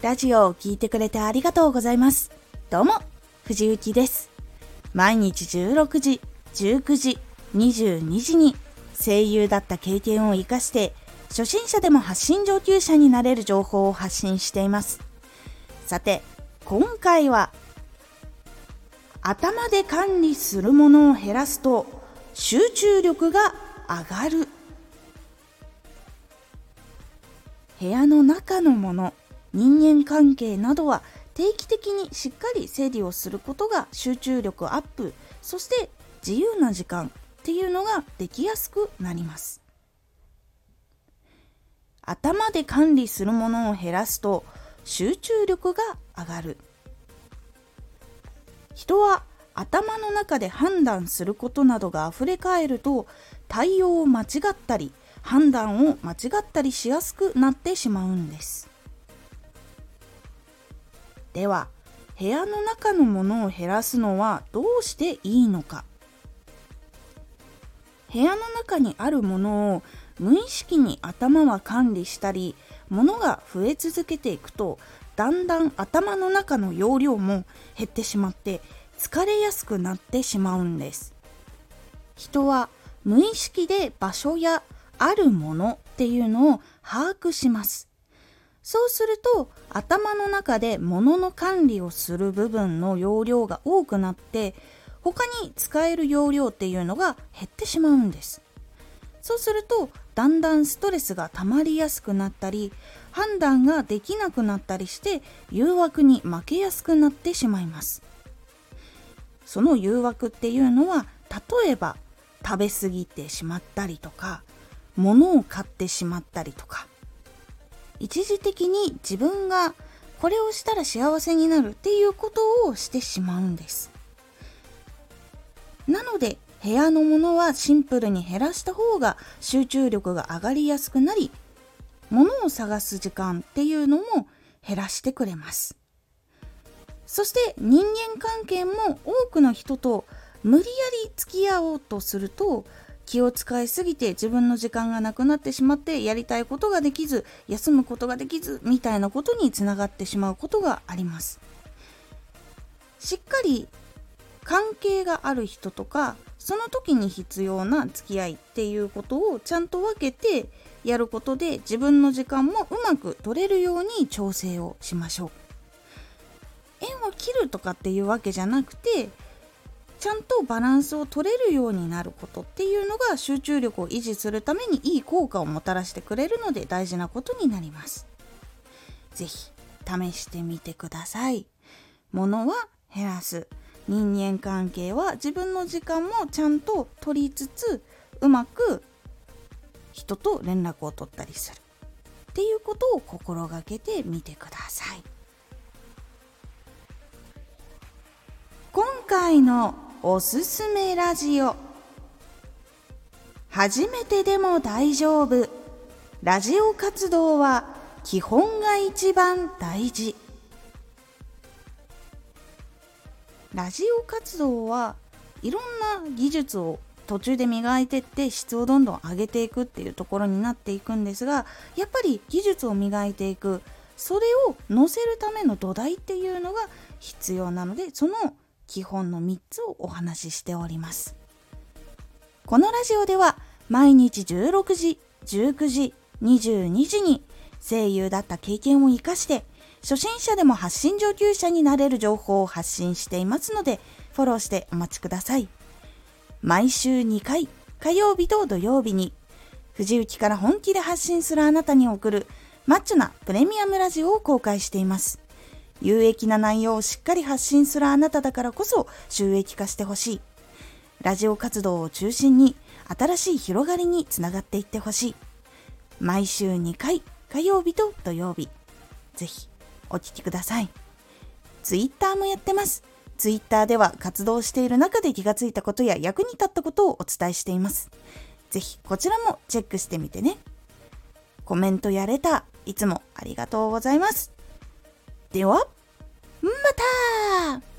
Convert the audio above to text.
ラジオを聞いてくれてありがとうございます。どうも、藤幸です。毎日16時、19時、22時に声優だった経験を生かして初心者でも発信上級者になれる情報を発信しています。さて、今回は頭で管理するものを減らすと集中力が上がる。部屋の中のもの、人間関係などは定期的にしっかり整理をすることが集中力アップ、そして自由な時間っていうのができやすくなります。頭で管理するものを減らすと集中力が上がる。人は頭の中で判断することなどがあふれかえると対応を間違ったり判断を間違ったりしやすくなってしまうんです。では、部屋の中のものを減らすのはどうしていいのか。部屋の中にあるものを無意識に頭は管理したり、物が増え続けていくと、だんだん頭の中の容量も減ってしまって疲れやすくなってしまうんです。人は無意識で場所やあるものっていうのを把握します。そうすると頭の中で物の管理をする部分の容量が多くなって他に使える容量っていうのが減ってしまうんです。そうするとだんだんストレスが溜まりやすくなったり判断ができなくなったりして誘惑に負けやすくなってしまいます。その誘惑っていうのは例えば食べ過ぎてしまったりとか物を買ってしまったりとか一時的に自分がこれをしたら幸せになるっていうことをしてしまうんです。なので部屋のものはシンプルに減らした方が集中力が上がりやすくなり、物を探す時間っていうのも減らしてくれます。そして人間関係も多くの人と無理やり付き合おうとすると気を使いすぎて自分の時間がなくなってしまってやりたいことができず休むことができずみたいなことにつながってしまうことがあります。しっかり関係がある人とかその時に必要な付き合いっていうことをちゃんと分けてやることで自分の時間もうまく取れるように調整をしましょう。縁を切るとかっていうわけじゃなくてちゃんとバランスを取れるようになることっていうのが集中力を維持するためにいい効果をもたらしてくれるので大事なことになります。ぜひ試してみてください。物は減らす。人間関係は自分の時間もちゃんと取りつつうまく人と連絡を取ったりするっていうことを心がけてみてください。今回のおすすめラジオ、初めてでも大丈夫。ラジオ活動は基本が一番大事。ラジオ活動はいろんな技術を途中で磨いていって質をどんどん上げていくっていうところになっていくんですが、やっぱり技術を磨いていく、それを載せるための土台っていうのが必要なので、その基本の3つをお話ししております。このラジオでは毎日16時、19時、22時に声優だった経験を生かして初心者でも発信上級者になれる情報を発信していますのでフォローしてお待ちください。毎週2回、火曜日と土曜日に藤幸から本気で発信するあなたに送るマッチョなプレミアムラジオを公開しています。有益な内容をしっかり発信するあなただからこそ収益化してほしい。ラジオ活動を中心に新しい広がりにつながっていってほしい。毎週2回、火曜日と土曜日。ぜひお聞きください。ツイッターもやってます。ツイッターでは活動している中で気がついたことや役に立ったことをお伝えしています。ぜひこちらもチェックしてみてね。コメントやレター、いつもありがとうございます。では、また。